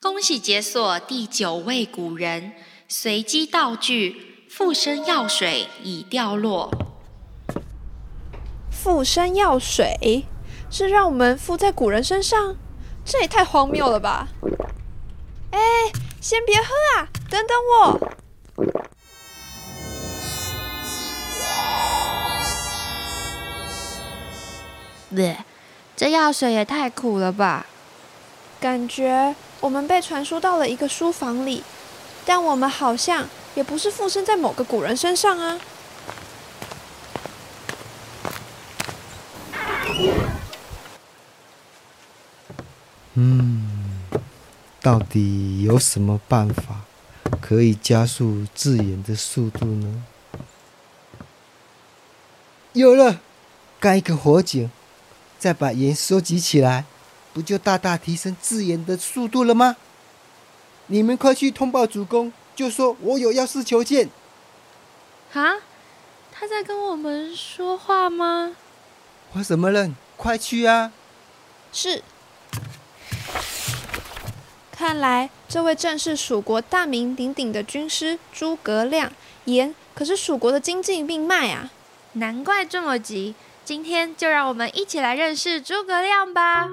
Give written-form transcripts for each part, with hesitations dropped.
恭喜解锁第9位古人，随机道具附身药水已掉落。 附身药水是让我们附在古人身上？这也太荒谬了吧！先别喝啊，等等我。 这药水也太苦了吧！ 感觉我们被传输到了一个书房里，但我们好像也不是附身在某个古人身上啊。 到底有什么办法可以加速字眼的速度呢？有了，干一个火警，再把盐收集起来，不就大大提升字眼的速度了吗？你们快去通报主公，就说我有要事求见。 哈？他在跟我们说话吗？ 慌什么人？快去啊！ 是。看来这位正是蜀国大名鼎鼎的军师诸葛亮，盐可是蜀国的经济命脉啊！ 难怪这么急，今天就让我们一起来认识诸葛亮吧。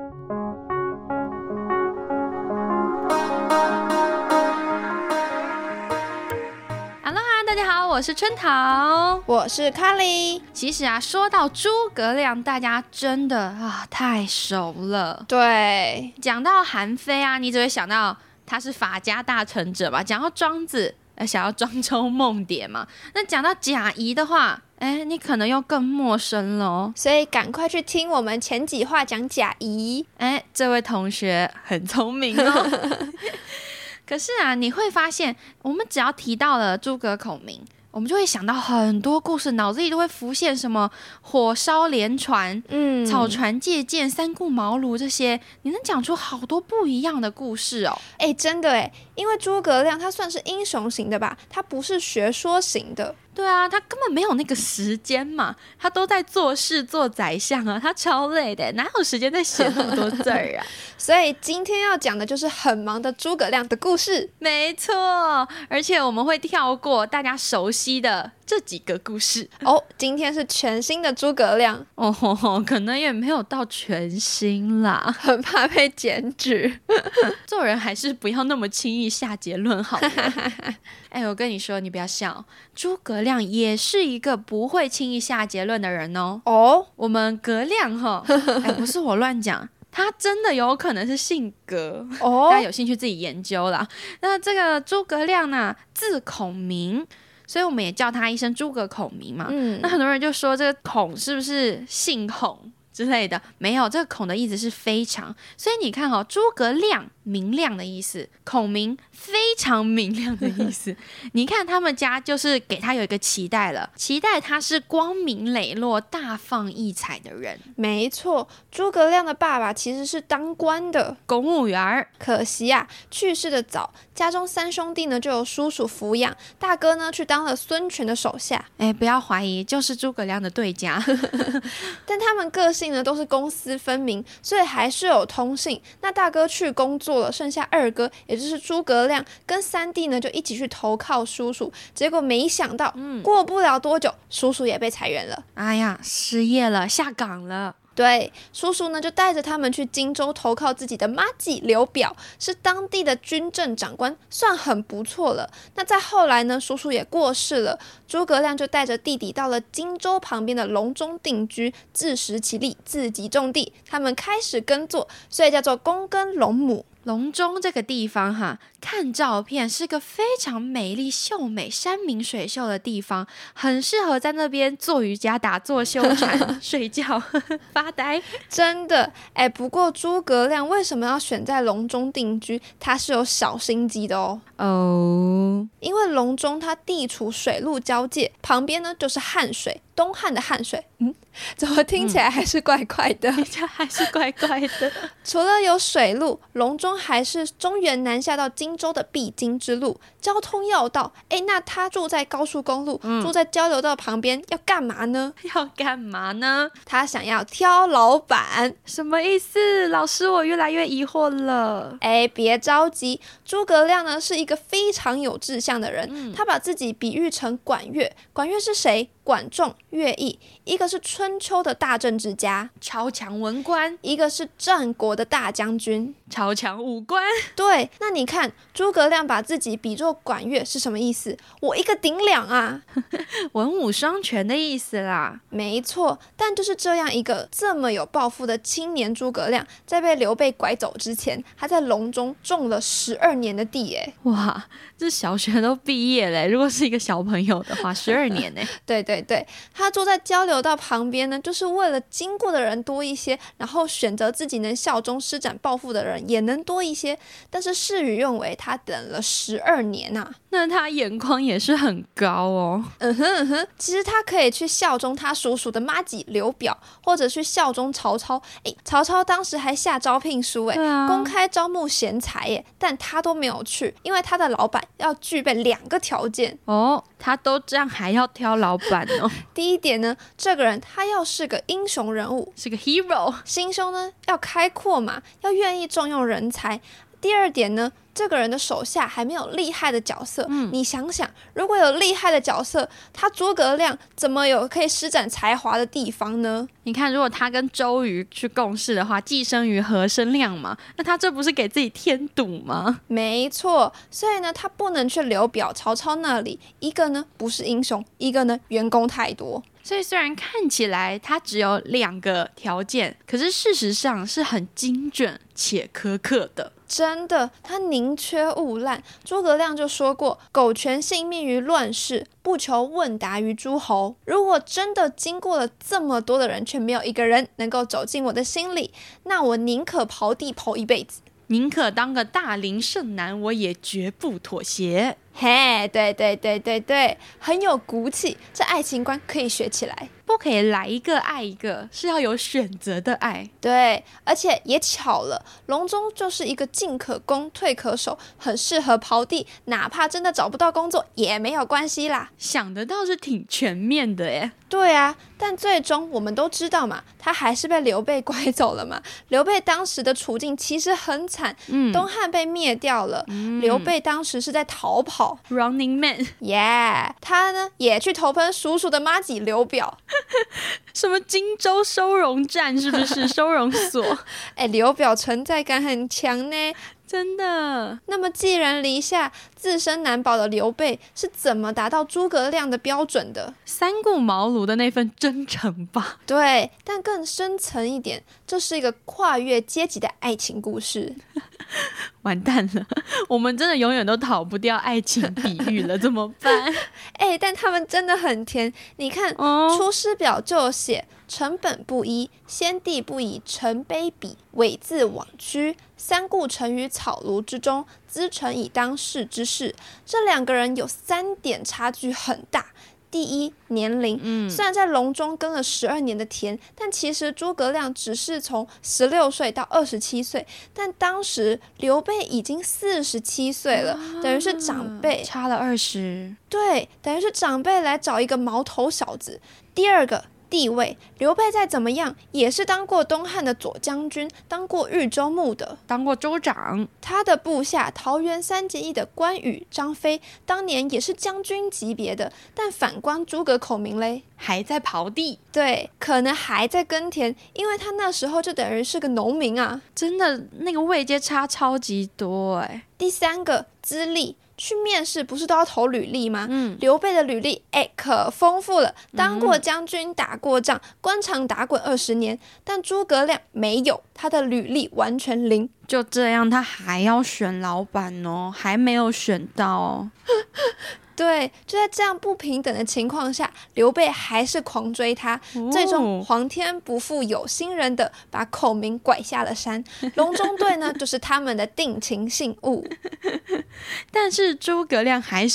大家好，我是春桃， 我是卡莉。 其实啊，说到诸葛亮，大家真的太熟了。 对， 讲到韩非啊，你只会想到他是法家大成者嘛；讲到庄子，想要庄周梦蝶嘛。那讲到贾谊的话，你可能又更陌生了哦。 所以赶快去听我们前几话讲贾谊。 这位同学很聪明哦。可是啊，你会发现，我们只要提到了诸葛孔明，我们就会想到很多故事，脑子里都会浮现什么火烧连船、草船借箭、三顾茅庐这些，你能讲出好多不一样的故事哦。 真的因为诸葛亮他算是英雄型的吧，他不是学说型的。 对啊，他根本没有那个时间嘛，他都在做事做宰相啊，他超累的，哪有时间在写那么多字儿啊？ 所以今天要讲的就是很忙的诸葛亮的故事。 没错，而且我们会跳过大家熟悉的这几个故事今天是全新的诸葛亮可能也没有到全新啦， 很怕被检举。 做人还是不要那么轻易下结论好了。我跟你说，你不要笑，诸葛亮也是一个不会轻易下结论的人哦。我们葛亮不是我乱讲，他真的有可能是姓葛大家有兴趣自己研究啦。那这个诸葛亮呢，字孔明，所以我们也叫他一声诸葛孔明嘛。那很多人就说这个孔是不是姓孔之类的？没有，这个孔的意思是非常，所以你看诸葛亮明亮的意思，孔明非常明亮的意思。你看他们家就是给他有一个期待了，期待他是光明磊落、大放异彩的人。 没错，诸葛亮的爸爸其实是当官的公务员， 可惜啊，去世的早，家中3兄弟呢就由叔叔抚养，大哥呢去当了孙权的手下。 不要怀疑，就是诸葛亮的对家。 但他们个性呢都是公私分明，所以还是有通信。那大哥去工作了，剩下2哥，也就是诸葛亮跟3弟呢就一起去投靠叔叔。结果没想到，过不了多久，叔叔也被裁员了。 失业了，下岗了。 对，叔叔呢就带着他们去荆州投靠自己的妈吉刘表，是当地的军政长官，算很不错了。那再后来呢，叔叔也过世了，诸葛亮就带着弟弟到了荆州旁边的隆中定居，自食其力，自己种地，他们开始耕作，所以叫做躬耕陇亩。 隆中这个地方看照片是个非常美丽秀美、山明水秀的地方，很适合在那边做瑜伽、打坐、修禅、睡觉、发呆。 真的不过诸葛亮为什么要选在隆中定居？他是有小心机的因为隆中它地处水陆交界，旁边呢就是汉水，东汉的汉水。 怎么听起来还是怪怪的？ 还是怪怪的。 除了有水路，隆中还是中原南下到荆州的必经之路，交通要道。那他住在高速公路，住在交流道旁边，要干嘛呢？ 要干嘛呢？ 他想要挑老板。 什么意思？老师，我越来越疑惑了。 别着急，诸葛亮呢是一个非常有志向的人，他把自己比喻成管乐。管乐是谁？管仲、乐毅，一个是春秋的大政治家， 超强文官； 一个是战国的大将军， 超强武官。 对，那你看诸葛亮把自己比作管乐是什么意思？我一个顶两啊， 文武双全的意思啦。 没错，但就是这样一个这么有抱负的青年诸葛亮，在被刘备拐走之前，他在隆中种了12年的地耶。 哇，这小学都毕业了，如果是一个小朋友的话，12年呢？ 对，他住在交流道旁边呢，就是为了经过的人多一些，然后选择自己能效忠施展抱负的人也能多一些。但是事与愿违，他等了12年啊。 那他眼光也是很高哦。 其实他可以去效忠他叔叔的妈吉刘表，或者去效忠曹操。曹操当时还下招聘书公开招募贤才但他都没有去，因为他的老板要具备2个条件。 他都这样还要挑老板哦。 第一点呢，这个人他要是个英雄人物， 是个 hero， 心胸呢要开阔嘛，要愿意重用人才。第二点呢，这个人的手下还没有厉害的角色。你想想，如果有厉害的角色，他诸葛亮怎么有可以施展才华的地方呢？ 你看，如果他跟周瑜去共事的话，既生瑜何生亮嘛，那他这不是给自己添堵吗？ 没错，所以呢，他不能去刘表、曹操那里，一个呢不是英雄，一个呢员工太多。 所以虽然看起来他只有2个条件，可是事实上是很精准且苛刻的。 真的，他宁缺毋滥。诸葛亮就说过，苟全性命于乱世，不求问答于诸侯。如果真的经过了这么多的人，却没有一个人能够走进我的心里，那我宁可刨地刨一辈子， 宁可当个大龄剩男，我也绝不妥协。 对，很有骨气，这爱情观可以学起来。 不可以来一个爱一个，是要有选择的爱。 对，而且也巧了，隆中就是一个进可攻退可守，很适合刨地，哪怕真的找不到工作也没有关系啦。 想得倒是挺全面的耶。 对啊，但最终我们都知道嘛，他还是被刘备拐走了嘛。刘备当时的处境其实很惨，东汉被灭掉了，刘备当时是在逃跑 ，Running Man， 他呢也去投奔叔叔的妈吉刘表。 什么荆州收容站是不是？收容所？ 刘表存在感很强呢。 真的。 那么寄人篱下、自身难保的刘备是怎么达到诸葛亮的标准的？ 三顾茅庐的那份真诚吧。 对，但更深层一点，这是一个跨越阶级的爱情故事。 完蛋了，我们真的永远都逃不掉爱情比喻了，怎么办？ 但他们真的很甜。你看，出师表就有写成本不一，先帝不以臣卑比，猥自枉屈，三顾臣于草庐之中，咨臣以当世之事。这2个人有3点差距很大。第一，年龄，虽然在隆中耕了12年的田，但其实诸葛亮只是从16岁到27岁，但当时刘备已经47岁了，等于是长辈， 差了20。 对，等于是长辈来找一个毛头小子。第二个，地位，刘备再怎么样也是当过东汉的左将军，当过豫州牧的， 当过州长。 他的部下桃园3结义的关羽、张飞当年也是将军级别的，但反观诸葛孔明嘞， 还在刨地。 对，可能还在耕田，因为他那时候就等于是个农民啊。 真的，那个位阶差超级多第3个，资历，去面试不是都要投履历吗？刘备的履历可丰富了，当过将军，打过仗，官场打滚20年，但诸葛亮没有，他的履历完全零。 就这样，他还要选老板哦，还没有选到哦。 对，就在这样不平等的情况下，刘备还是狂追他，最终皇天不负有心人的把孔明拐下了山。隆中对呢，就是他们的定情信物。 但是诸葛亮还是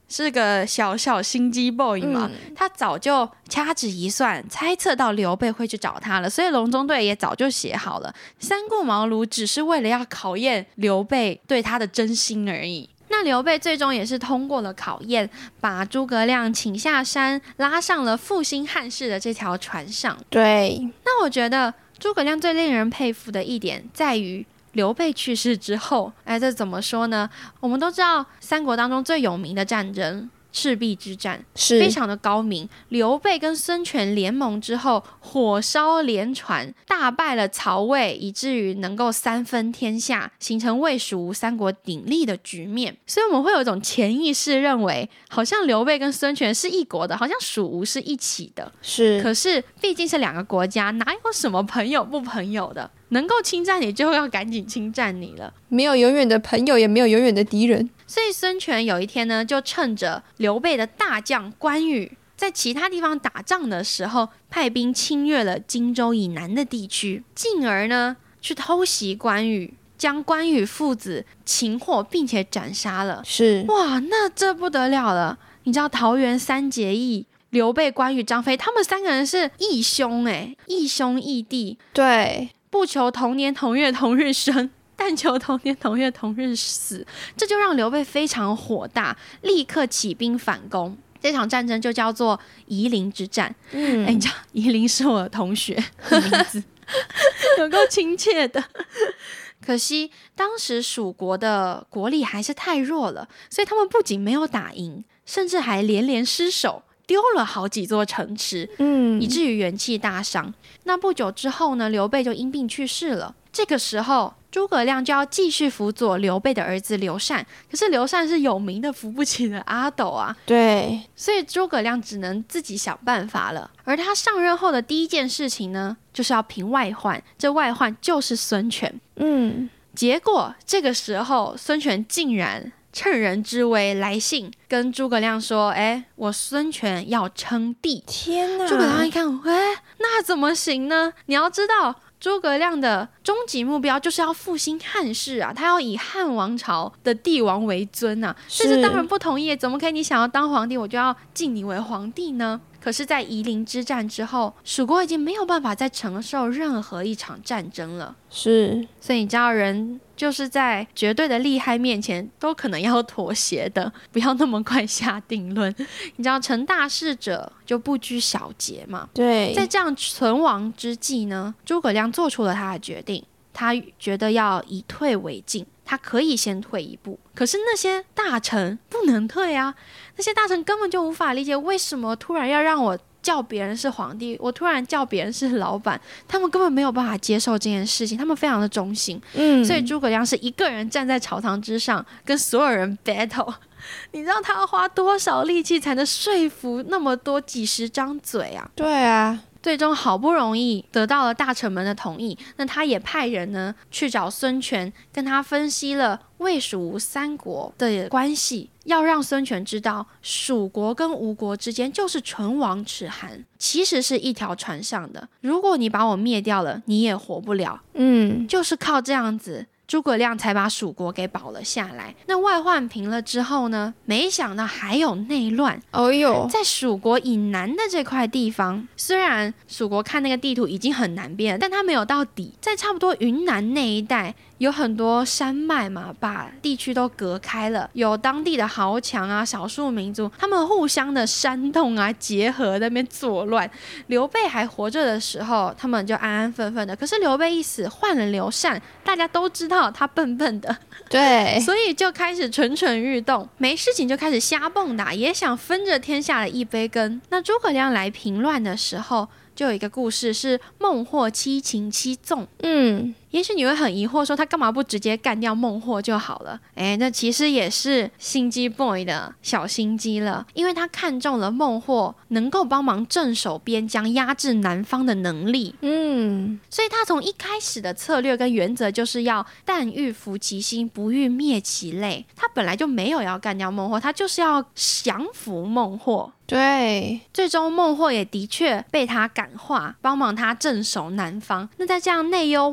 是个小心机 boy 嘛，他早就掐指一算，猜测到刘备会去找他了，所以隆中对也早就写好了，三顾茅庐只是为了要考验刘备对他的真心而已。那刘备最终也是通过了考验，把诸葛亮请下山，拉上了复兴汉室的这条船上。 对， 那我觉得诸葛亮最令人佩服的一点在于刘备去世之后，这怎么说呢？我们都知道三国当中最有名的战争赤壁之战是非常的高明，刘备跟孙权联盟之后，火烧连船，大败了曹魏，以至于能够三分天下，形成魏蜀吴三国鼎立的局面。所以我们会有一种潜意识认为，好像刘备跟孙权是一国的，好像蜀吴是一起的。 是， 可是毕竟是两个国家，哪有什么朋友不朋友的？能够侵占你就要赶紧侵占你了， 没有永远的朋友，也没有永远的敌人。 所以孙权有一天呢，就趁着刘备的大将关羽在其他地方打仗的时候，派兵侵略了荆州以南的地区，进而呢去偷袭关羽，将关羽父子擒获并且斩杀了。 是， 哇，那这不得了了！你知道桃园三结义，刘备、关羽、张飞，他们三个人是义兄义兄义弟。 对， 不求同年同月同日生，但求同年同月同日死，这就让刘备非常火大，立刻起兵反攻。这场战争就叫做夷陵之战。你知道夷陵是我的同学的名字，有够亲切的。可惜当时蜀国的国力还是太弱了，所以他们不仅没有打赢，甚至还连连失守，丢了好几座城池，以至于元气大伤。那不久之后呢，刘备就因病去世了。这个时候诸葛亮就要继续辅佐刘备的儿子刘禅，可是刘禅是有名的扶不起的阿斗啊， 对， 所以诸葛亮只能自己想办法了。而他上任后的第一件事情呢，就是要平外患，这外患就是孙权。结果这个时候孙权竟然趁人之危来信跟诸葛亮说，我孙权要称帝。 天哪！ 诸葛亮一看，那怎么行呢？你要知道诸葛亮的终极目标就是要复兴汉室啊，他要以汉王朝的帝王为尊啊，这是当然不同意，怎么可以你想要当皇帝，我就要敬你为皇帝呢？可是在夷陵之战之后，蜀国已经没有办法再承受任何一场战争了。 是， 所以你知道人就是在绝对的利害面前都可能要妥协的，不要那么快下定论。你知道成大事者就不拘小节嘛。 对， 在这样存亡之际呢，诸葛亮做出了他的决定，他觉得要以退为进，他可以先退一步。可是那些大臣不能退啊，那些大臣根本就无法理解为什么突然要让我叫别人是皇帝，我突然叫别人是老板，他们根本没有办法接受这件事情，他们非常的忠心。所以诸葛亮是一个人站在朝堂之上跟所有人 battle。 你知道他要花多少力气才能说服那么多几十张嘴啊？ 对啊， 最终好不容易得到了大臣们的同意，那他也派人呢去找孙权，跟他分析了魏蜀吴三国的关系，要让孙权知道蜀国跟吴国之间就是唇亡齿寒，其实是一条船上的，如果你把我灭掉了，你也活不了。就是靠这样子诸葛亮才把蜀国给保了下来。那外患平了之后呢，没想到还有内乱。在蜀国以南的这块地方，虽然蜀国看那个地图已经很南边了，但它没有到底，在差不多云南那一带有很多山脉嘛，把地区都隔开了，有当地的豪强啊、少数民族，他们互相的煽动啊、结合在那边作乱。刘备还活着的时候，他们就安安分分的，可是刘备一死，换了刘禅，大家都知道他笨笨的， 对， 所以就开始蠢蠢欲动，没事情就开始瞎蹦跶，也想分着天下的一杯羹。那诸葛亮来平乱的时候，就有一个故事是孟获七擒七纵。也许你会很疑惑说他干嘛不直接干掉孟获就好了？那其实也是心机 boy 的小心机了，因为他看中了孟获能够帮忙镇守边疆、压制南方的能力。所以他从一开始的策略跟原则就是要但欲服其心，不欲灭其类。他本来就没有要干掉孟获，他就是要降服孟获。 对， 最终孟获也的确被他感化，帮忙他镇守南方。那在这样内忧外患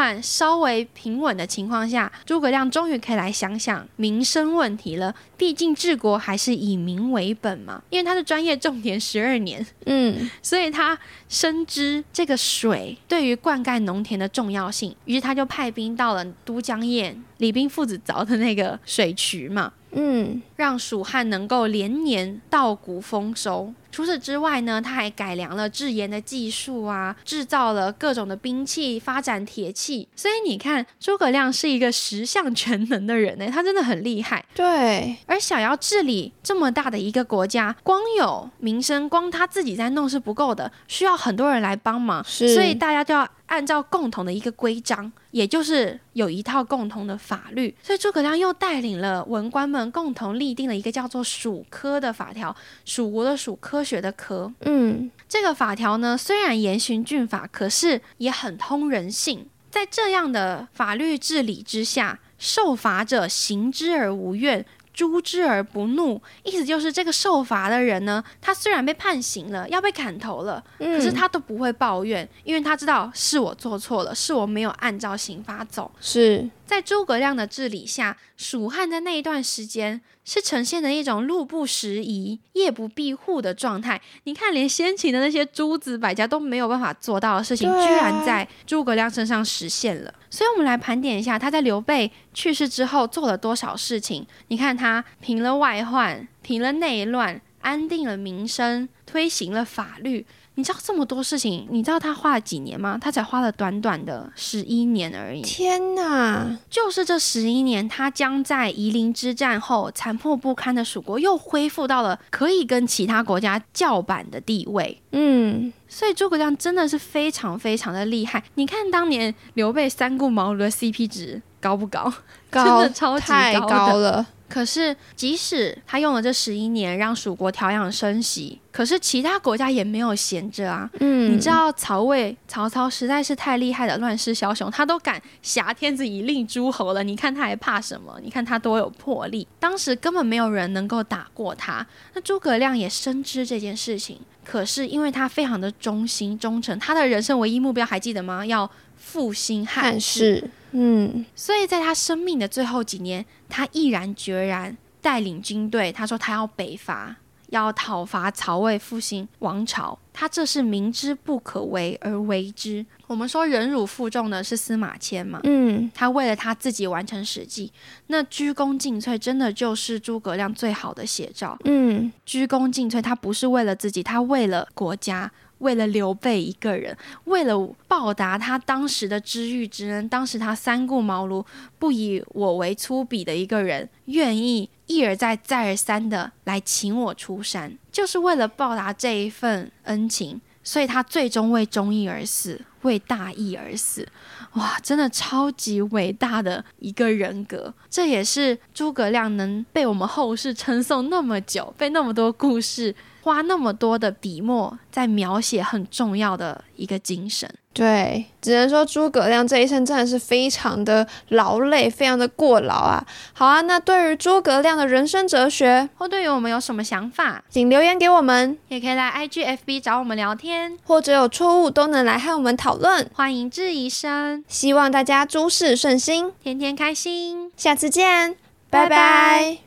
乱稍微平稳的情况下，诸葛亮终于可以来想想民生问题了。毕竟治国还是以民为本嘛，因为他是专业重点12年，所以他深知这个水对于灌溉农田的重要性，于是他就派兵到了都江堰李冰父子凿的那个水渠嘛，让蜀汉能够连年稻谷丰收。除此之外呢，他还改良了制盐的技术啊，制造了各种的兵器，发展铁器。所以你看，诸葛亮是一个十项全能的人他真的很厉害。 对， 而想要治理这么大的一个国家，光有民生，光他自己在弄是不够的，需要很多人来帮忙，所以大家就要按照共同的一个规章，也就是有一套共同的法律。所以诸葛亮又带领了文官们共同立定了一个叫做蜀科的法条，蜀国的蜀，科学的科。这个法条呢，虽然严循峻法，可是也很通人性。在这样的法律治理之下，受罚者行之而无怨，诛之而不怒。意思就是这个受罚的人呢，他虽然被判刑了，要被砍头了，可是他都不会抱怨，因为他知道是我做错了，是我没有按照刑法走。 是在诸葛亮的治理下，蜀汉在那一段时间是呈现的一种路不拾遗、夜不闭户的状态。你看，连先秦的那些诸子百家都没有办法做到的事情，居然在诸葛亮身上实现了。所以我们来盘点一下他在刘备去世之后做了多少事情。你看，他平了外患，平了内乱，安定了民生，推行了法律。你知道这么多事情，你知道他花了几年吗？他才花了短短的11年而已。 天哪！ 就是这11年，他将在夷陵之战后残破不堪的蜀国又恢复到了可以跟其他国家叫板的地位。所以诸葛亮真的是非常非常的厉害。你看当年刘备三顾茅庐的 CP 值高不高？真的超级高的， 太高了。 可是即使他用了这11年让蜀国调养生息，可是其他国家也没有闲着啊。你知道曹操实在是太厉害的乱世枭雄，他都敢挟天子以令诸侯了，你看他还怕什么？你看他多有魄力，当时根本没有人能够打过他。那诸葛亮也深知这件事情，可是因为他非常的忠心忠诚，他的人生唯一目标还记得吗？要复兴汉室。所以在他生命的最后几年，他毅然决然带领军队，他说他要北伐，要讨伐曹魏，复兴王朝。他这是明知不可为而为之。我们说忍辱负重的是司马迁嘛，他为了他自己完成史记，那鞠躬尽瘁真的就是诸葛亮最好的写照。鞠躬尽瘁，他不是为了自己，他为了国家，为了刘备一个人，为了报答他当时的知遇之恩，当时他三顾茅庐，不以我为粗鄙的一个人，愿意一而再再而三的来请我出山，就是为了报答这一份恩情。所以他最终为忠义而死，为大义而死。哇，真的超级伟大的一个人格。这也是诸葛亮能被我们后世称颂那么久，被那么多故事，花那么多的笔墨在描写很重要的一个精神。 对，只能说诸葛亮这一生真的是非常的劳累，非常的过劳啊。好啊，那对于诸葛亮的人生哲学， 或对于我们有什么想法， 请留言给我们， 也可以来 IG、FB 找我们聊天， 或者有错误都能来和我们讨论， 欢迎质疑声。 希望大家诸事顺心， 天天开心， 下次见，拜拜。